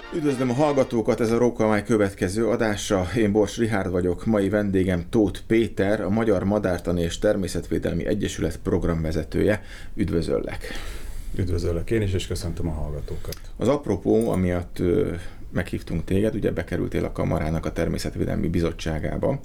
Üdvözlöm a hallgatókat, ez a Rókamály következő adása. Én Bors Richárd vagyok, mai vendégem Tóth Péter, a Magyar Madártani és Természetvédelmi Egyesület programvezetője. Üdvözöllek! Üdvözöllek én is, és köszöntöm a hallgatókat. Az apropó, amiatt meghívtunk téged, ugye bekerültél a Kamarának a Természetvédelmi Bizottságába,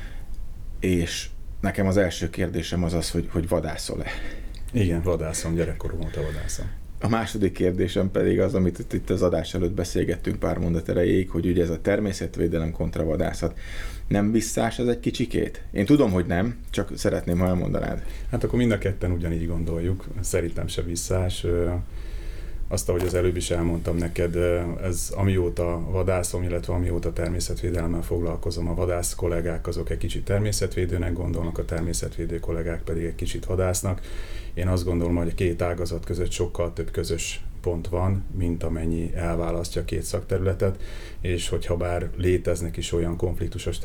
és nekem az első kérdésem az, hogy vadászol-e? Igen, vadászom, gyerekkorom óta vadászom. A második kérdésem pedig az, amit itt az adás előtt beszélgettünk pár mondat erejéig, hogy ugye ez a természetvédelem kontra vadászat. Nem visszás ez egy kicsikét? Én tudom, hogy nem, csak szeretném, ha elmondanád. Hát akkor mind a ketten ugyanígy gondoljuk, szerintem se visszás. Azt, ahogy az előbb is elmondtam neked, ez amióta vadászom, illetve amióta természetvédelemmel foglalkozom, a vadász kollégák azok egy kicsit természetvédőnek gondolnak, a természetvédő kollégák pedig egy kicsit vadásznak. Én azt gondolom, hogy a két ágazat között sokkal több közös pont van, mint amennyi elválasztja a két szakterületet, és hogyha bár léteznek is olyan konfliktusos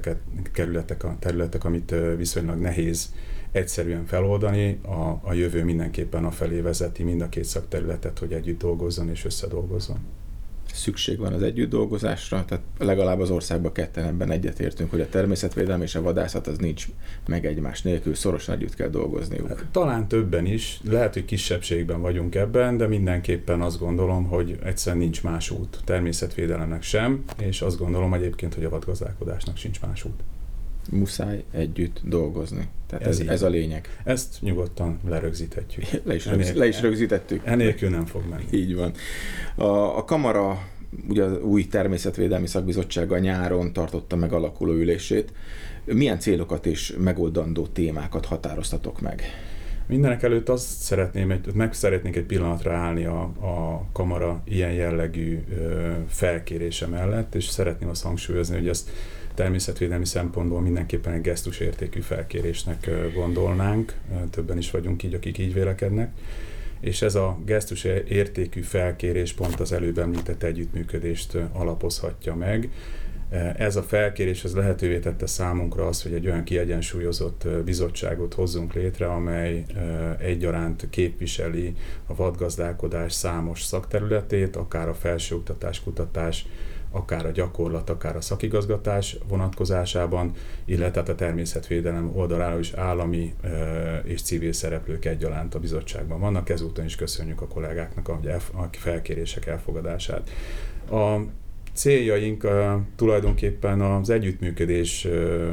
területek, amit viszonylag nehéz egyszerűen feloldani, a jövő mindenképpen afelé vezeti mind a két szakterületet, hogy együtt dolgozzon és összedolgozzon. Szükség van az együtt dolgozásra, tehát legalább az országban ketten ebben egyetértünk, hogy a természetvédelem és a vadászat az nincs meg egymás nélkül, szorosan együtt kell dolgozniuk. Talán többen is, lehet, hogy kisebbségben vagyunk ebben, de mindenképpen azt gondolom, hogy egyszerűen nincs más út. Természetvédelemnek sem, és azt gondolom egyébként, hogy a vadgazdálkodásnak sincs más út. Muszáj együtt dolgozni. Tehát ez a lényeg. Ezt nyugodtan lerögzíthetjük. Le is rögzítettük. Enélkül nem fog menni. Így van. A Kamara ugye az új természetvédelmi szakbizottsága nyáron tartotta meg alakuló ülését. Milyen célokat és megoldandó témákat határoztatok meg? Mindenek előtt meg szeretnénk egy pillanatra állni a Kamara ilyen jellegű felkérése mellett, és szeretném azt hangsúlyozni, hogy ezt természetvédelmi szempontból mindenképpen egy gesztusértékű felkérésnek gondolnánk, többen is vagyunk így, akik így vélekednek, és ez a gesztusértékű felkérés pont az előbb említett együttműködést alapozhatja meg. Ez a felkérés az lehetővé tette számunkra azt, hogy egy olyan kiegyensúlyozott bizottságot hozzunk létre, amely egyaránt képviseli a vadgazdálkodás számos szakterületét, akár a felsőoktatás, kutatás, akár a gyakorlat, akár a szakigazgatás vonatkozásában, illetve a természetvédelem oldaláról is állami és civil szereplők egyaránt a bizottságban vannak. Ezúton is köszönjük a kollégáknak a felkérések elfogadását. A céljaink tulajdonképpen az együttműködés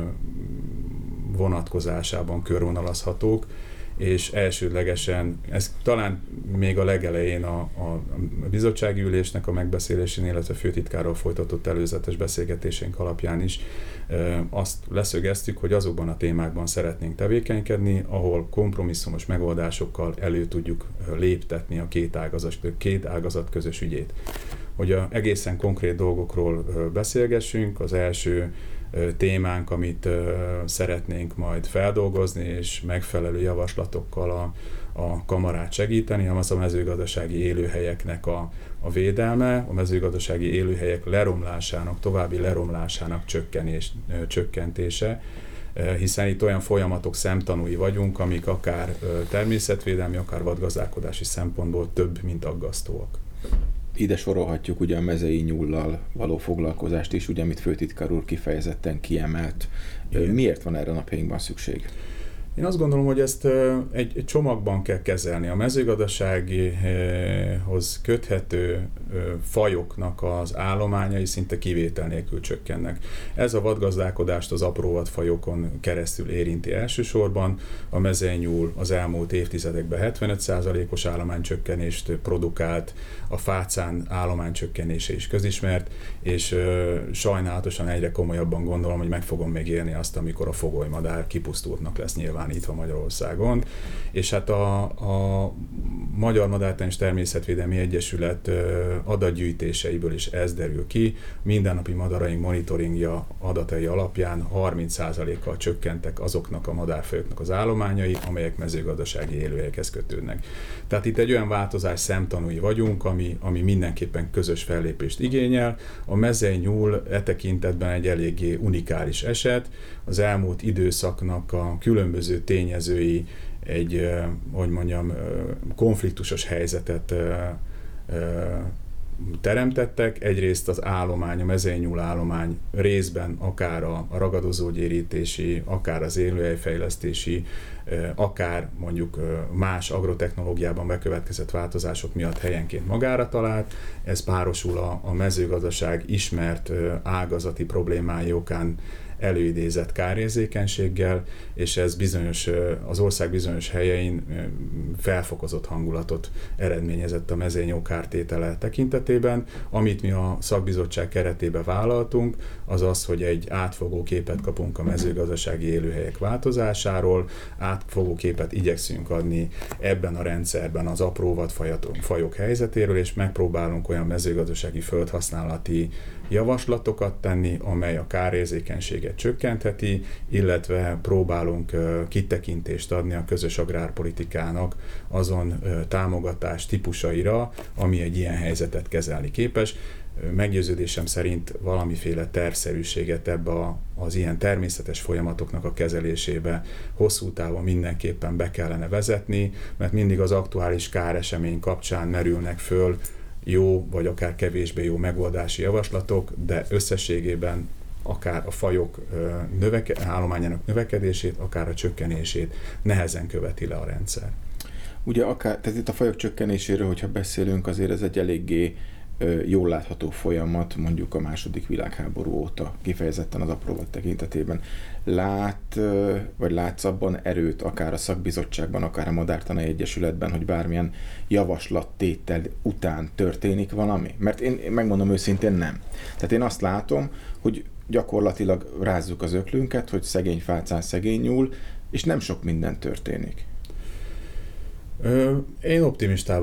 vonatkozásában körvonalazhatók, és elsődlegesen, ez talán még a legelején a bizottsági ülésnek a megbeszélésén, illetve főtitkárral folytatott előzetes beszélgetésénk alapján is azt leszögeztük, hogy azokban a témákban szeretnénk tevékenykedni, ahol kompromisszumos megoldásokkal elő tudjuk léptetni a két ágazat közös ügyét. Hogy egészen konkrét dolgokról beszélgessünk, az első témánk, amit szeretnénk majd feldolgozni, és megfelelő javaslatokkal a kamarát segíteni, az a mezőgazdasági élőhelyeknek a védelme, a mezőgazdasági élőhelyek további leromlásának csökkentése, hiszen itt olyan folyamatok szemtanúi vagyunk, amik akár természetvédelmi, akár vadgazdálkodási szempontból több, mint aggasztóak. Ide sorolhatjuk ugye a mezei nyúllal való foglalkozást is, ugye, amit főtitkár úr kifejezetten kiemelt. Igen. Miért van erre napjainkban szükség? Én azt gondolom, hogy ezt egy csomagban kell kezelni. A mezőgazdasághoz köthető fajoknak az állományai szinte kivétel nélkül csökkennek. Ez a vadgazdálkodást az apró vadfajokon keresztül érinti elsősorban. A mezeinyúl az elmúlt évtizedekben 75%-os állománycsökkenést produkált, a fácán állománycsökkenése is közismert, és sajnálatosan egyre komolyabban gondolom, hogy meg fogom még élni azt, amikor a fogolymadár kipusztultnak lesz nyilvánítva Magyarországon. És hát a Magyar Madártani és Természetvédelmi Egyesület adatgyűjtéseiből is ez derül ki. Mindennapi madaraink monitoringja adatai alapján 30%-kal csökkentek azoknak a madárfajoknak az állományai, amelyek mezőgazdasági élőhelyekhez kötődnek. Tehát itt egy olyan változás szemtanúi vagyunk, ami mindenképpen közös fellépést igényel. A mezeinyúl e tekintetben egy eléggé unikális eset. Az elmúlt időszaknak a különböző tényezői egy, konfliktusos helyzetet teremtettek. Egyrészt az állomány, a mezőnyúl állomány részben akár a ragadozógyérítési, akár az élőhelyfejlesztési, akár mondjuk más agrotechnológiában bekövetkezett változások miatt helyenként magára talált. Ez párosul a mezőgazdaság ismert ágazati problémái okán előidézett kárérzékenységgel, és ez az ország bizonyos helyein felfokozott hangulatot eredményezett a mezőnyó kártétele tekintetében. Amit mi a szakbizottság keretében vállaltunk, az az, hogy egy átfogó képet kapunk a mezőgazdasági élőhelyek változásáról, átfogó képet igyekszünk adni ebben a rendszerben az apró vadfajok helyzetéről, és megpróbálunk olyan mezőgazdasági földhasználati javaslatokat tenni, amely a kárérzékenységet csökkentheti, illetve próbálunk kitekintést adni a közös agrárpolitikának azon támogatás típusaira, ami egy ilyen helyzetet kezelni képes. Meggyőződésem szerint valamiféle tervszerűséget ebbe az ilyen természetes folyamatoknak a kezelésébe hosszú távon mindenképpen be kellene vezetni, mert mindig az aktuális káresemény kapcsán merülnek föl jó vagy akár kevésbé jó megoldási javaslatok, de összességében akár a fajok állományának növekedését, akár a csökkenését nehezen követi le a rendszer. Ugye tehát itt a fajok csökkenéséről, hogyha beszélünk, azért ez egy eléggé jól látható folyamat, mondjuk a II. Világháború óta, kifejezetten az apróvad tekintetében. Látsz abban erőt, akár a szakbizottságban, akár a Madártanai Egyesületben, hogy bármilyen javaslattétel után történik valami? Mert én megmondom őszintén, nem. Tehát én azt látom, hogy gyakorlatilag rázzuk az öklünket, hogy szegény fácán szegény nyúl, és nem sok minden történik. Én optimistább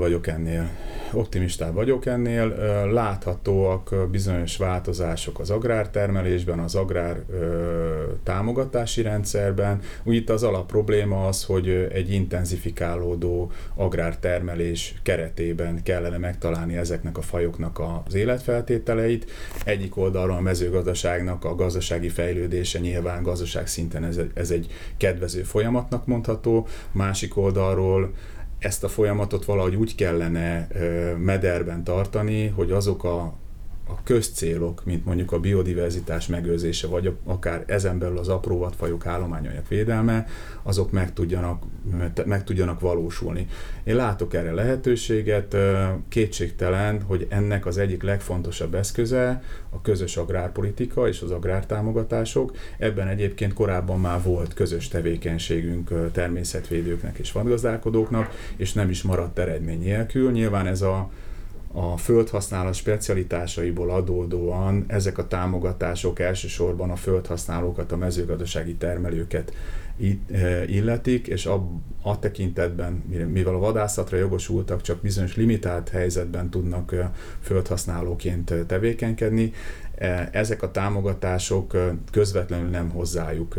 vagyok ennél. Láthatóak bizonyos változások az agrártermelésben, az agrár támogatási rendszerben. Úgy itt az alapprobléma az, hogy egy intenzifikálódó agrártermelés keretében kellene megtalálni ezeknek a fajoknak az életfeltételeit. Egyik oldalról a mezőgazdaságnak a gazdasági fejlődése nyilván gazdaság szinten ez egy kedvező folyamatnak mondható, másik oldalról ezt a folyamatot valahogy úgy kellene mederben tartani, hogy azok a közcélok, mint mondjuk a biodiverzitás megőrzése, vagy akár ezen belül az apró vadfajok állományainak védelme, azok meg tudjanak valósulni. Én látok erre lehetőséget, kétségtelen, hogy ennek az egyik legfontosabb eszköze a közös agrárpolitika és az agrártámogatások. Ebben egyébként korábban már volt közös tevékenységünk természetvédőknek és vadgazdálkodóknak, és nem is maradt eredmény nélkül. Nyilván ez a földhasználat specialitásaiból adódóan ezek a támogatások elsősorban a földhasználókat, a mezőgazdasági termelőket illetik, és a tekintetben, mivel a vadászatra jogosultak, csak bizonyos limitált helyzetben tudnak földhasználóként tevékenykedni, ezek a támogatások közvetlenül nem hozzájuk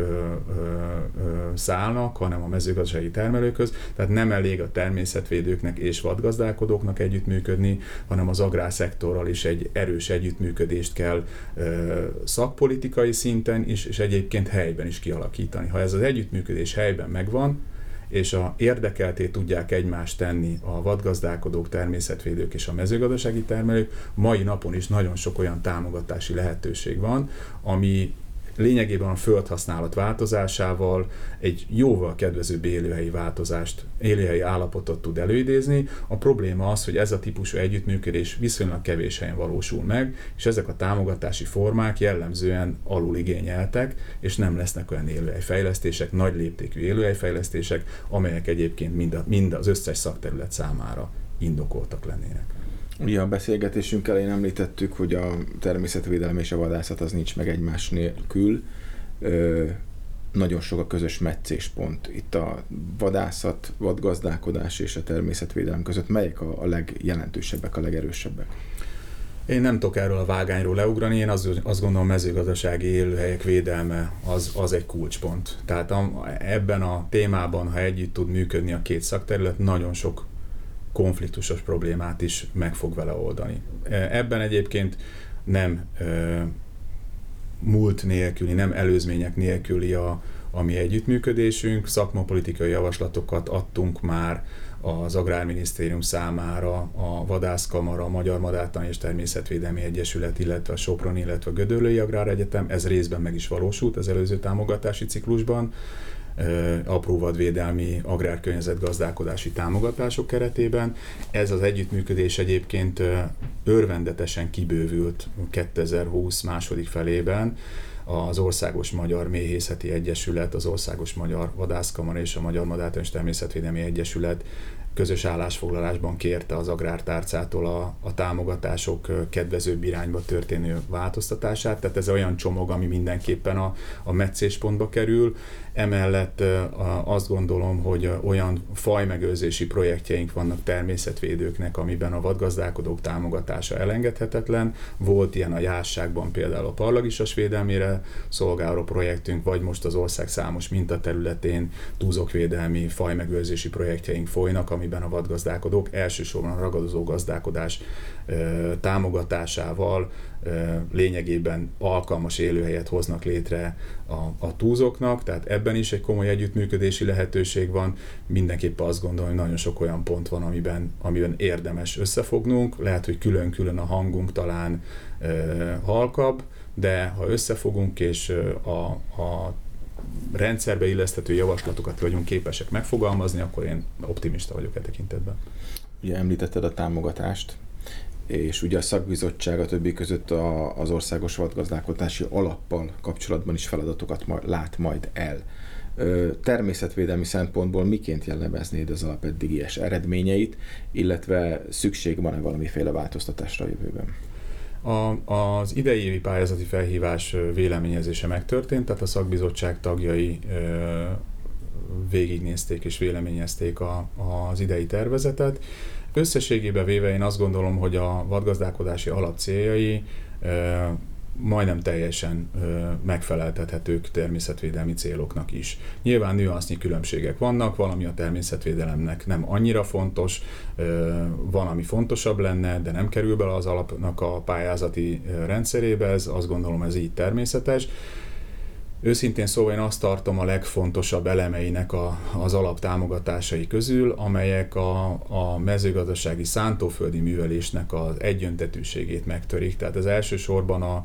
szállnak, hanem a mezőgazdasági termelőkhöz, tehát nem elég a természetvédőknek és vadgazdálkodóknak együttműködni, hanem az agrárszektorral is egy erős együttműködést kell szakpolitikai szinten is, és egyébként helyben is kialakítani. Ha ez az együttműködés helyben megvan, és érdekelté tudják egymást tenni a vadgazdálkodók, természetvédők és a mezőgazdasági termelők, mai napon is nagyon sok olyan támogatási lehetőség van, ami lényegében a földhasználat változásával egy jóval kedvezőbb élőhelyi állapotot tud előidézni. A probléma az, hogy ez a típusú együttműködés viszonylag kevés helyen valósul meg, és ezek a támogatási formák jellemzően aluligényeltek, és nem lesznek olyan élőhelyfejlesztések, nagy léptékű élőhelyfejlesztések, amelyek egyébként mind az összes szakterület számára indokoltak lennének. Ugye a beszélgetésünk elején említettük, hogy a természetvédelem és a vadászat az nincs meg egymás nélkül. Nagyon sok a közös meccéspont. Itt a vadászat, vadgazdálkodás és a természetvédelem között melyek a legjelentősebbek, a legerősebbek? Én nem tudok erről a vágányról leugrani, én azt gondolom, a mezőgazdasági élőhelyek védelme az egy kulcspont. Tehát ebben a témában, ha együtt tud működni a két szakterület, nagyon sok konfliktusos problémát is meg fog vele oldani. Ebben egyébként nem múlt nélküli, nem előzmények nélküli a mi együttműködésünk. Szakmapolitikai javaslatokat adtunk már az Agrárminisztérium számára, a Vadászkamara, a Magyar Madártani és Természetvédelmi Egyesület, illetve a Soproni, illetve a Gödöllői Agráregyetem. Ez részben meg is valósult az előző támogatási ciklusban, apróvadvédelmi agrárkörnyezetgazdálkodási támogatások keretében. Ez az együttműködés egyébként örvendetesen kibővült 2020 második felében. Az Országos Magyar Méhészeti Egyesület, az Országos Magyar Vadászkamara és a Magyar Madártani és Természetvédelmi Egyesület közös állásfoglalásban kérte az agrártárcától a támogatások kedvezőbb irányba történő változtatását. Tehát ez olyan csomag, ami mindenképpen a meccéspontba kerül. Emellett azt gondolom, hogy olyan fajmegőrzési projektjeink vannak természetvédőknek, amiben a vadgazdálkodók támogatása elengedhetetlen. Volt ilyen a Jásságban például a parlagisas védelmére szolgáló projektünk, vagy most az ország számos mintaterületén túzokvédelmi fajmegőrzési projektjeink folynak, amiben a vadgazdálkodók elsősorban a ragadozó gazdálkodás támogatásával lényegében alkalmas élőhelyet hoznak létre a túzoknak, tehát ebben is egy komoly együttműködési lehetőség van. Mindenképpen azt gondolom, hogy nagyon sok olyan pont van, amiben érdemes összefognunk. Lehet, hogy külön-külön a hangunk talán halkabb, de ha összefogunk és a rendszerbe illeszthető javaslatokat vagyunk képesek megfogalmazni, akkor én optimista vagyok e tekintetben. Ugye említetted a támogatást, és ugye a szakbizottság a többi között az Országos Vadgazdálkodási Alappal kapcsolatban is feladatokat lát majd el. Természetvédelmi szempontból miként jellemeznéd az alap eddigies eredményeit, illetve szükség van-e valamiféle változtatásra a jövőben? Az idei évi pályázati felhívás véleményezése megtörtént, tehát a szakbizottság tagjai végignézték és véleményezték az idei tervezetet. Összességében véve én azt gondolom, hogy a vadgazdálkodási alap céljai majdnem teljesen megfeleltethetők természetvédelmi céloknak is. Nyilván nüansznyi különbségek vannak, valami a természetvédelemnek nem annyira fontos, van, ami fontosabb lenne, de nem kerül bele az alapnak a pályázati rendszerébe, azt gondolom, ez így természetes. Őszintén szóval én azt tartom a legfontosabb elemeinek az alaptámogatásai közül, amelyek a mezőgazdasági szántóföldi művelésnek az egyöntetűségét megtörik. Tehát ez elsősorban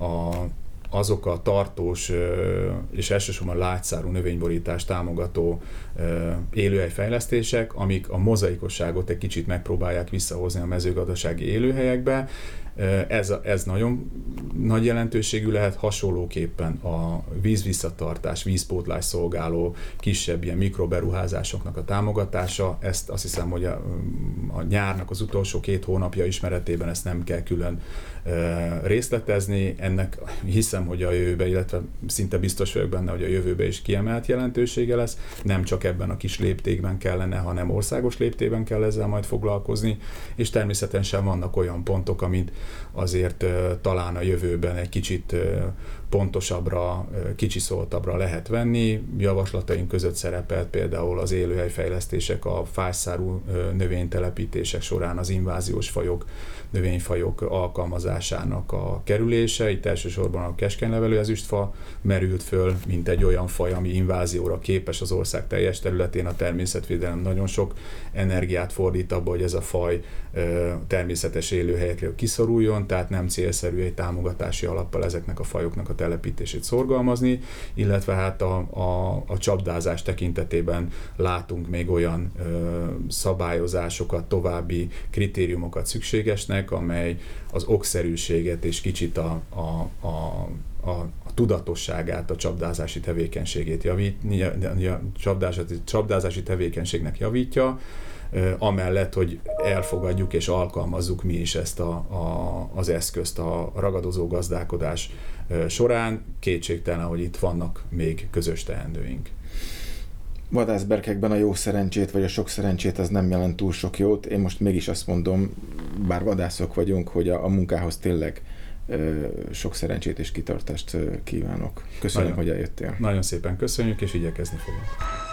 azok a tartós és elsősorban lágyszárú növényborítást támogató élőhelyfejlesztések, amik a mozaikosságot egy kicsit megpróbálják visszahozni a mezőgazdasági élőhelyekbe. Ez nagyon nagy jelentőségű lehet, hasonlóképpen a vízvisszatartás, vízpótlás szolgáló kisebb ilyen mikroberuházásoknak a támogatása. Ezt azt hiszem, hogy a nyárnak az utolsó 2 hónapja ismeretében ezt nem kell külön részletezni. Ennek hiszem, hogy a jövőben, illetve szinte biztos vagyok benne, hogy a jövőben is kiemelt jelentősége lesz. Nem csak ebben a kis léptékben kellene, hanem országos léptékben kell ezzel majd foglalkozni, és természetesen vannak olyan pontok, amit azért talán a jövőben egy kicsit pontosabbra, kicsiszoltabbra lehet venni. Javaslataink között szerepelt például az élőhelyfejlesztések, a fászszárú növénytelepítések során az inváziós fajok, növényfajok alkalmazásának a kerülése. Itt elsősorban a keskenylevelű ezüstfa merült föl, mint egy olyan faj, ami invázióra képes az ország teljes területén. A természetvédelem nagyon sok energiát fordít abba, hogy ez a faj természetes élőhelyekről kiszoruljon, tehát nem célszerű egy támogatási alappal ezeknek a fajoknak a telepítését szorgalmazni, illetve hát a csapdázás tekintetében látunk még olyan szabályozásokat, további kritériumokat szükségesnek, amely az okszerűséget és kicsit a tudatosságát, a csapdázási tevékenységét csapdázási tevékenységnek javítja, amellett, hogy elfogadjuk és alkalmazzuk mi is ezt az eszközt a ragadozó gazdálkodás során. Kétségtelen, hogy itt vannak még közös teendőink. Vadászberkekben a jó szerencsét, vagy a sok szerencsét az nem jelent túl sok jót. Én most mégis azt mondom, bár vadászok vagyunk, hogy a munkához tényleg sok szerencsét és kitartást kívánok. Köszönöm, hogy eljöttél. Nagyon szépen köszönjük, és igyekezni fogunk.